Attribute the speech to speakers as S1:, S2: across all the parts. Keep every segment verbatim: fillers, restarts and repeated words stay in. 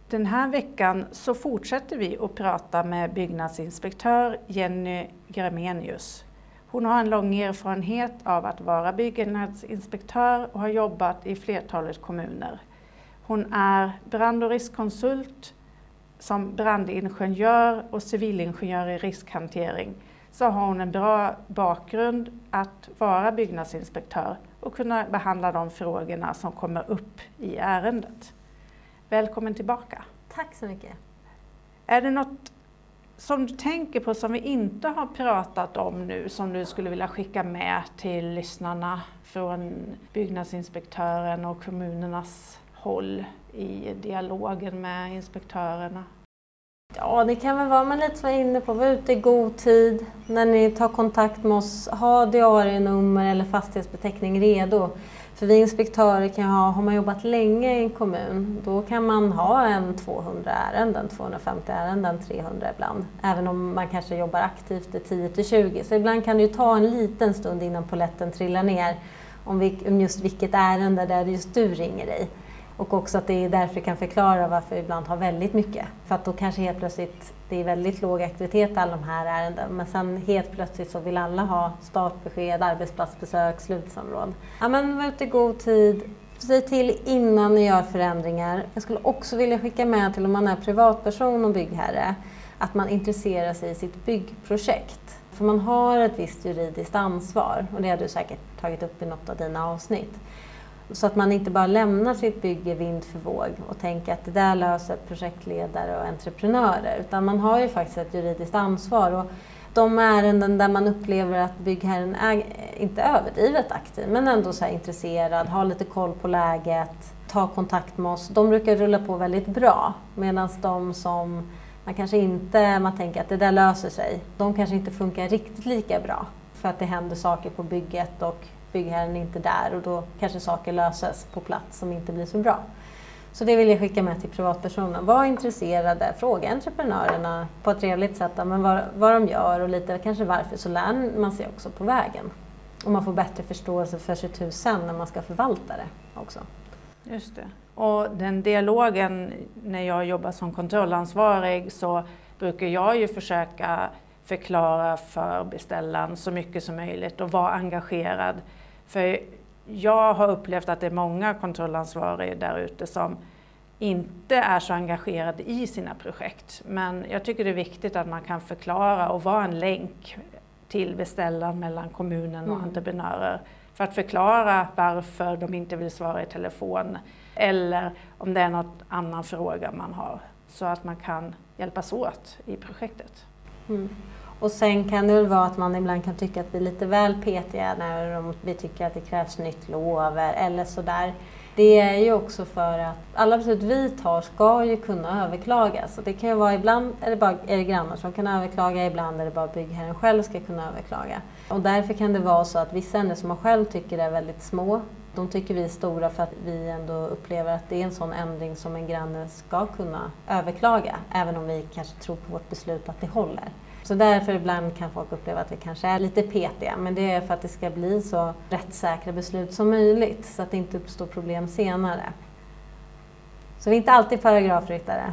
S1: Den här veckan så fortsätter vi att prata med byggnadsinspektör Jenny Gremenius. Hon har en lång erfarenhet av att vara byggnadsinspektör och har jobbat i flertalet kommuner. Hon är brand- och riskkonsult, som brandingenjör och civilingenjör i riskhantering. Så har hon en bra bakgrund att vara byggnadsinspektör och kunna behandla de frågorna som kommer upp i ärendet. Välkommen tillbaka.
S2: Tack så mycket.
S1: Är det något som du tänker på som vi inte har pratat om nu som du skulle vilja skicka med till lyssnarna från byggnadsinspektören och kommunernas håll i dialogen med inspektörerna?
S2: Ja, det kan väl vara man lite var inne på. Var ute i god tid. När ni tar kontakt med oss, ha diarienummer eller fastighetsbeteckning redo. För vi inspektörer kan ha, har man jobbat länge i en kommun, då kan man ha en tvåhundra ärenden, tvåhundrafemtio ärenden, trehundra ibland. Även om man kanske jobbar aktivt i tio till tjugo. Så ibland kan det ju ta en liten stund innan poletten trillar ner om, vi, om just vilket ärende där just du ringer i. Och också att det är därför kan förklara varför vi ibland har väldigt mycket. För att då kanske helt plötsligt det är väldigt låg aktivitet alla de här ärenden. Men sen helt plötsligt så vill alla ha startbesked, arbetsplatsbesök, slutsamråd. Ja, men var ute i god tid. Säg till innan ni gör förändringar. Jag skulle också vilja skicka med till om man är privatperson och byggherre. Att man intresserar sig i sitt byggprojekt. För man har ett visst juridiskt ansvar. Och det har du säkert tagit upp i något av dina avsnitt. Så att man inte bara lämnar sitt bygge vind för våg och tänker att det där löser projektledare och entreprenörer. Utan man har ju faktiskt ett juridiskt ansvar. Och de ärenden där man upplever att byggherren är inte överdrivet aktiv men ändå så här intresserad, har lite koll på läget, tar kontakt med oss. De brukar rulla på väldigt bra. Medan de som man kanske inte, man tänker att det där löser sig, de kanske inte funkar riktigt lika bra. För att det händer saker på bygget och byggherren är inte där och då kanske saker löses på plats som inte blir så bra. Så det vill jag skicka med till privatpersoner. Var intresserade, fråga entreprenörerna på ett trevligt sätt men vad, vad de gör och lite kanske varför, så lär man sig också på vägen. Och man får bättre förståelse för sitt hus sen när man ska förvalta det också.
S1: Just det. Och den dialogen, när jag jobbar som kontrollansvarig så brukar jag ju försöka förklara för beställaren så mycket som möjligt och vara engagerad. För jag har upplevt att det är många kontrollansvariga där ute som inte är så engagerade i sina projekt. Men jag tycker det är viktigt att man kan förklara och vara en länk till beställaren mellan kommunen och mm. entreprenörer. För att förklara varför de inte vill svara i telefon eller om det är något annan fråga man har. Så att man kan hjälpas åt i projektet.
S2: Mm. Och sen kan det väl vara att man ibland kan tycka att vi är lite väl petiga när vi tycker att det krävs nytt lov eller sådär. Det är ju också för att alla beslut vi tar ska ju kunna överklagas. Och det kan ju vara ibland är det bara är det grannar som kan överklaga, ibland är det bara byggherren själv ska kunna överklaga. Och därför kan det vara så att vissa ändringar som man själv tycker är väldigt små, de tycker vi är stora för att vi ändå upplever att det är en sån ändring som en granne ska kunna överklaga. Även om vi kanske tror på vårt beslut att det håller. Så därför ibland kan folk uppleva att vi kanske är lite petiga, men det är för att det ska bli så rättssäkra beslut som möjligt så att det inte uppstår problem senare. Så vi är inte alltid paragrafryttare.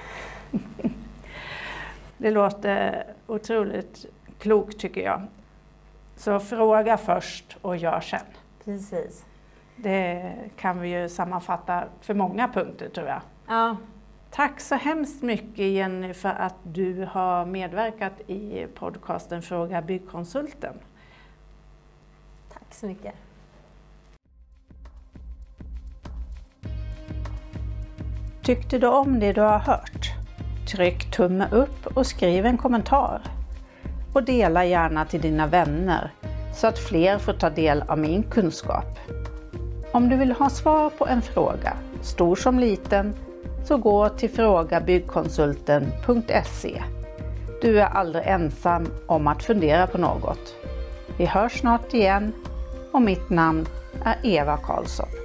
S1: Det låter otroligt klokt tycker jag. Så fråga först och gör sen.
S2: Precis.
S1: Det kan vi ju sammanfatta för många punkter tror jag.
S2: Ja.
S1: Tack så hemskt mycket Jenny för att du har medverkat i podcasten Fråga Byggkonsulten.
S2: Tack så mycket.
S1: Tyckte du om det du har hört? Tryck tumme upp och skriv en kommentar. Och dela gärna till dina vänner så att fler får ta del av min kunskap. Om du vill ha svar på en fråga, stor som liten, så gå till fråga byggkonsulten punkt se. Du är aldrig ensam om att fundera på något. Vi hörs snart igen och mitt namn är Eva Karlsson.